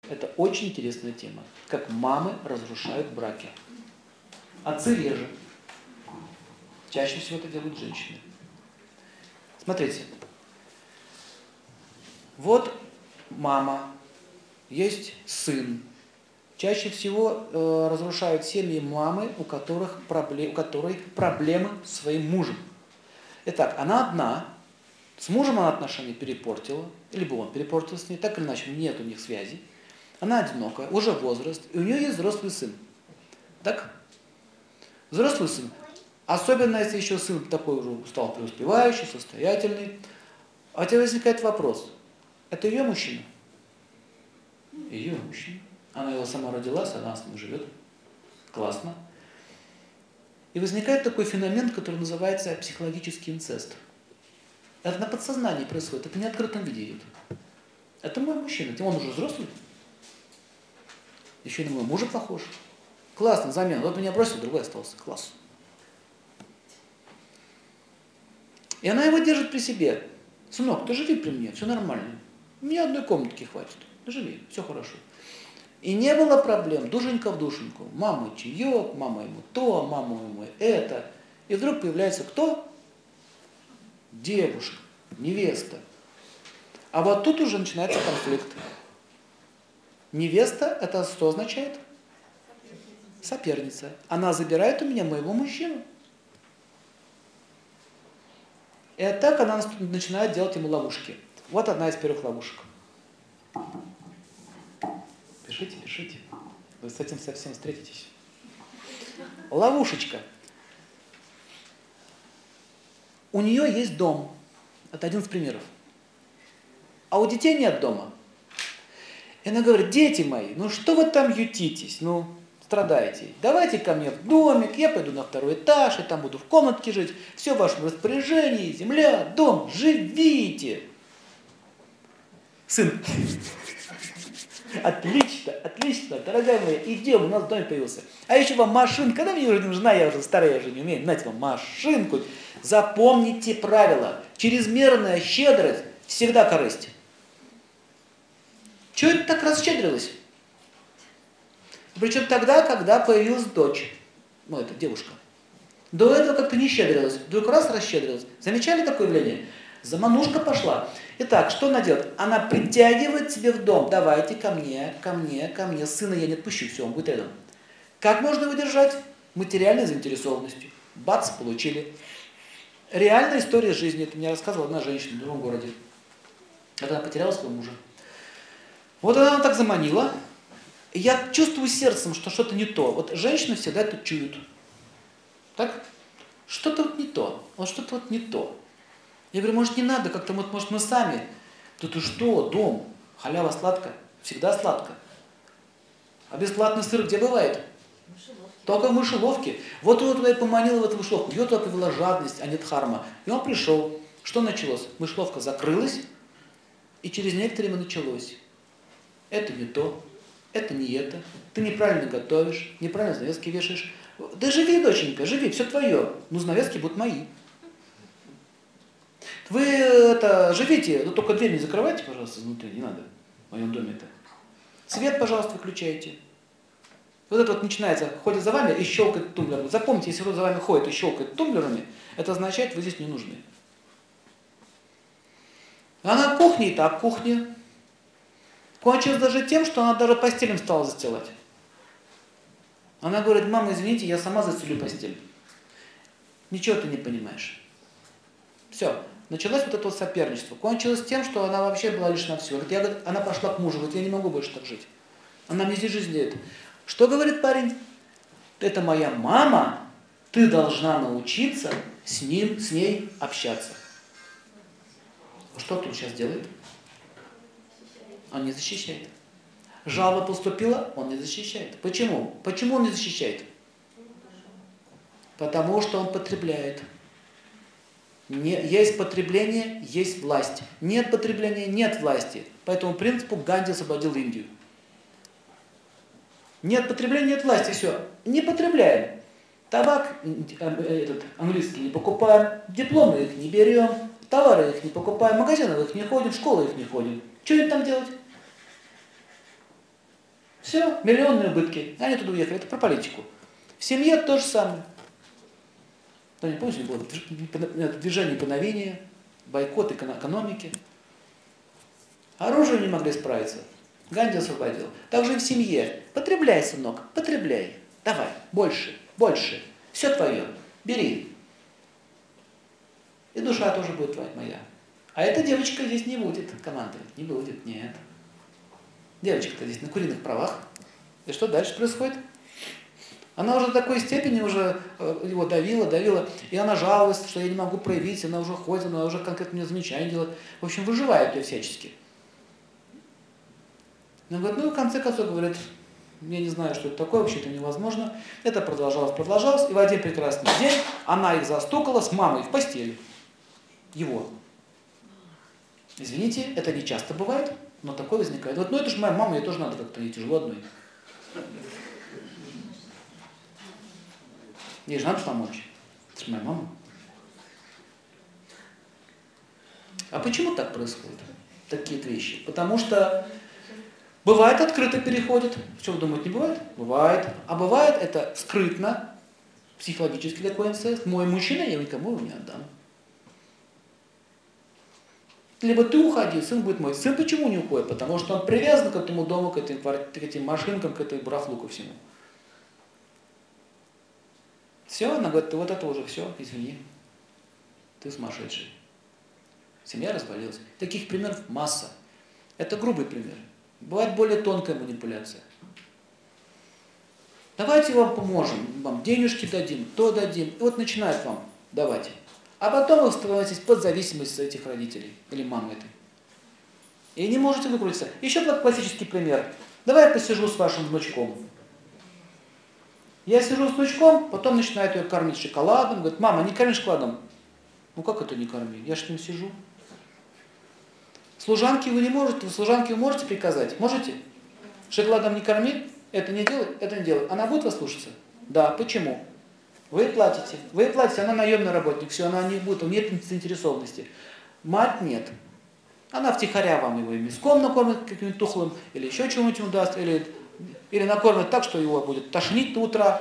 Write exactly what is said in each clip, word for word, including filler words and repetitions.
Это очень интересная тема. Как мамы разрушают браки. Отцы реже. Чаще всего это делают женщины. Смотрите. Вот мама, есть сын. Чаще всего э, разрушают семьи мамы, у которых проблем, у которой проблемы с своим мужем. Итак, она одна, с мужем она отношения перепортила, либо он перепортил с ней, так или иначе нет у них связи. Она одинокая, уже возраст, и у нее есть взрослый сын. Так? Взрослый сын. Особенно, если еще сын такой уже стал преуспевающий, состоятельный. А у тебя возникает вопрос. Это ее мужчина? Ее мужчина. Она его сама родилась, она с ним живет. Классно. И возникает такой феномен, который называется психологический инцест. Это на подсознании происходит, это не в открытом виде идет. Это мой мужчина, он уже взрослый. Еще и на моего мужа похож. Классно, замена. Вот меня бросил, другой остался. Класс. И она его держит при себе. Сынок, ты живи при мне, все нормально. Мне одной комнатки хватит. Живи, все хорошо. И не было проблем, душенька в душеньку. Мама чаек, мама ему то, мама ему это. И вдруг появляется кто? Девушка, невеста. А вот тут уже начинается конфликт. Невеста, это что означает? Соперница. Она забирает у меня моего мужчину. И так она начинает делать ему ловушки. Вот одна из первых ловушек. Пишите, пишите. Вы с этим совсем встретитесь. Ловушечка. У нее есть дом. Это один из примеров. А у детей нет дома. И она говорит: дети мои, ну что вы там ютитесь, ну страдаете. Давайте ко мне в домик, я пойду на второй этаж, и там буду в комнатке жить. Все в вашем распоряжении, земля, дом, живите. Сын. Отлично, отлично, дорогая моя, идем, у нас в доме появился. А еще вам машинка, когда мне уже не нужна, я уже старая, я уже не умею, нате вам машинку. Запомните правило, чрезмерная щедрость всегда корысть. Чего это так расщедрилось? Причем тогда, когда появилась дочь, ну это девушка. До этого как-то не щедрилась, вдруг раз расщедрилась. Замечали такое явление? Заманушка пошла. Итак, что она делает? Она притягивает себе в дом. Давайте ко мне, ко мне, ко мне. Сына я не отпущу, все, он будет рядом. Как можно выдержать? Материальной заинтересованностью. Бац, получили. Реальная история жизни. Это мне рассказывала одна женщина в другом городе. Когда она потеряла своего мужа. Вот она так заманила. И я чувствую сердцем, что что-то не то. Вот женщины всегда это чуют. Так? Что-то вот не то. Вот что-то вот не то. Я говорю, может не надо, как-то, может мы сами. Да ты что, дом, халява сладкая, всегда сладко. А бесплатный сыр где бывает? Мышеловки. Только в мышеловке. Вот его туда и поманила в эту мышеловку. Ее только вела жадность, а не дхарма. И он пришел. Что началось? Мышеловка закрылась, и через некоторое время началось. Это не то, это не это. Ты неправильно готовишь, неправильно занавески вешаешь. Да живи, доченька, живи, все твое. Но занавески будут мои. Вы это живите, но только дверь не закрывайте, пожалуйста, изнутри, не надо в моем доме-то. Свет, пожалуйста, выключайте. Вот это вот начинается, ходит за вами и щелкает тумблером. Запомните, если кто за вами ходит и щелкает тумблерами, это означает, вы здесь не нужны. А на кухне и так кухня. Кончилось даже тем, что она даже постель им стала застилать. Она говорит: мама, извините, я сама застелю постель. Ничего ты не понимаешь. Все. Началось вот это вот соперничество. Кончилось тем, что она вообще была лишена всего. Я, говорит, она пошла к мужу, говорит, я не могу больше так жить. Она мне здесь жизнь дает. Что говорит парень? Это моя мама, ты должна научиться с ним, с ней общаться. Что он сейчас делает? Он не защищает. Жалоба поступила, он не защищает. Почему? Почему он не защищает? Потому что он потребляет. Не, есть потребление, есть власть. Нет потребления, нет власти. По этому принципу Ганди освободил Индию. Нет потребления, нет власти, все. Не потребляем. Табак этот, английский не покупаем, дипломы их не берем, товары их не покупаем, в магазины их не ходим, в школы их не ходим. Что им там делать? Все, миллионные убытки. Они туда уехали. Это про политику. В семье то же самое. Да, не помните, было движение повиновения, бойкот экономики. Оружием не могли справиться. Ганди освободил. Также и в семье. Потребляй, сынок, потребляй. Давай, больше, больше. Все твое. Бери. И душа тоже будет твоя, моя. А эта девочка здесь не будет командовать. Не будет, нет. Девочка-то здесь на куриных правах. И что дальше происходит? Она уже до такой степени уже его давила, давила, и она жаловалась, что я не могу проявить, она уже ходит, она уже конкретно мне замечания делает. В общем, выживает ее всячески. Она говорит, ну, в конце концов, говорит, я не знаю, что это такое, вообще-то невозможно. Это продолжалось, продолжалось, и в один прекрасный день она их застукала с мамой в постели. Его. Извините, это не часто бывает, но такое возникает. Вот, ну, это же моя мама, ей тоже надо как-то, ей тяжело одной. Ей же надо помочь. Это же моя мама. А почему так происходит? Такие вещи. Потому что бывает открыто переходит. Что вы думаете, не бывает? Бывает. А бывает это скрытно, психологически такой инцест. Мой мужчина, я никому его не отдам. Либо ты уходи, сын будет мой. Сын почему не уходит? Потому что он привязан к этому дому, к этим, к этим машинкам, к этой барахлу, ко всему. Все, она говорит, вот это уже все, извини, ты сумасшедший. Семья развалилась. Таких примеров масса. Это грубый пример. Бывает более тонкая манипуляция. Давайте вам поможем, вам денежки дадим, то дадим. И вот начинают вам давать. А потом вы становитесь под зависимость этих родителей или мамы этой. И не можете выкрутиться. Еще классический пример. Давай я посижу с вашим внучком. Я сижу с внучком, потом начинает ее кормить шоколадом. Говорит, мама, не корми шоколадом. Ну как это не корми? Я же с ним сижу. Служанки вы не можете, служанки вы можете приказать? Можете? Шоколадом не корми, это не делай, это не делай. Она будет вас слушаться? Да. Почему? Вы платите. Вы платите, она наемный работник, все, она не будет, у нее нет заинтересованности. Мать нет. Она втихаря вам его и мяском накормит каким-нибудь тухлым, или еще чего-нибудь ему даст, или, или накормит так, что его будет тошнить до утра.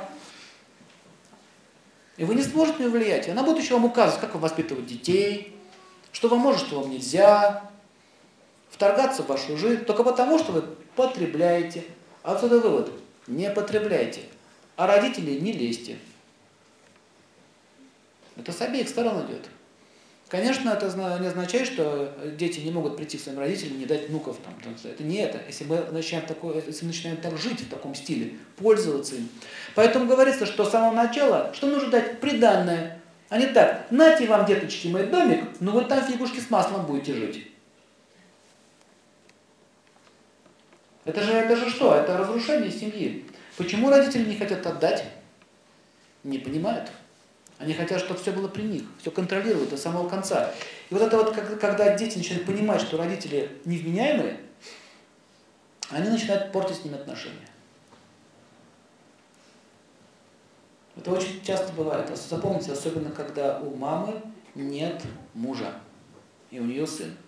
И вы не сможете на нее влиять. Она будет еще вам указывать, как вам воспитывать детей, что вам можно, что вам нельзя, вторгаться в вашу жизнь, только потому, что вы потребляете. А отсюда вывод. Не потребляйте. А родителей не лезьте. Это с обеих сторон идет. Конечно, это не означает, что дети не могут прийти к своим родителям и не дать внуков. Там, это не это. Если мы начинаем, такое, если мы начинаем так жить, в таком стиле, пользоваться им. Поэтому говорится, что с самого начала, что нужно дать приданное. А не так, нате вам, деточки, мой домик, но вы там фигушки с маслом будете жить. Это же, это же что? Это разрушение семьи. Почему родители не хотят отдать? Не понимают. Они хотят, чтобы все было при них, все контролировать до самого конца. И вот это вот, когда дети начинают понимать, что родители невменяемые, они начинают портить с ними отношения. Это очень часто бывает. Запомните, особенно когда у мамы нет мужа, и у нее сын.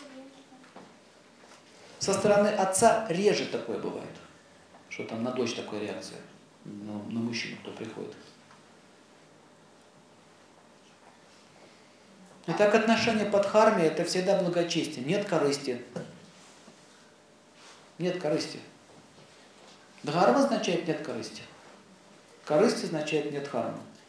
Со стороны отца реже такое бывает, что там на дочь такая реакция, на, на мужчину, кто приходит. Итак, отношение под дхарме – это всегда благочестие, нет корысти. Нет корысти. Дхарма означает нет корысти. Корысть означает нет дхармы.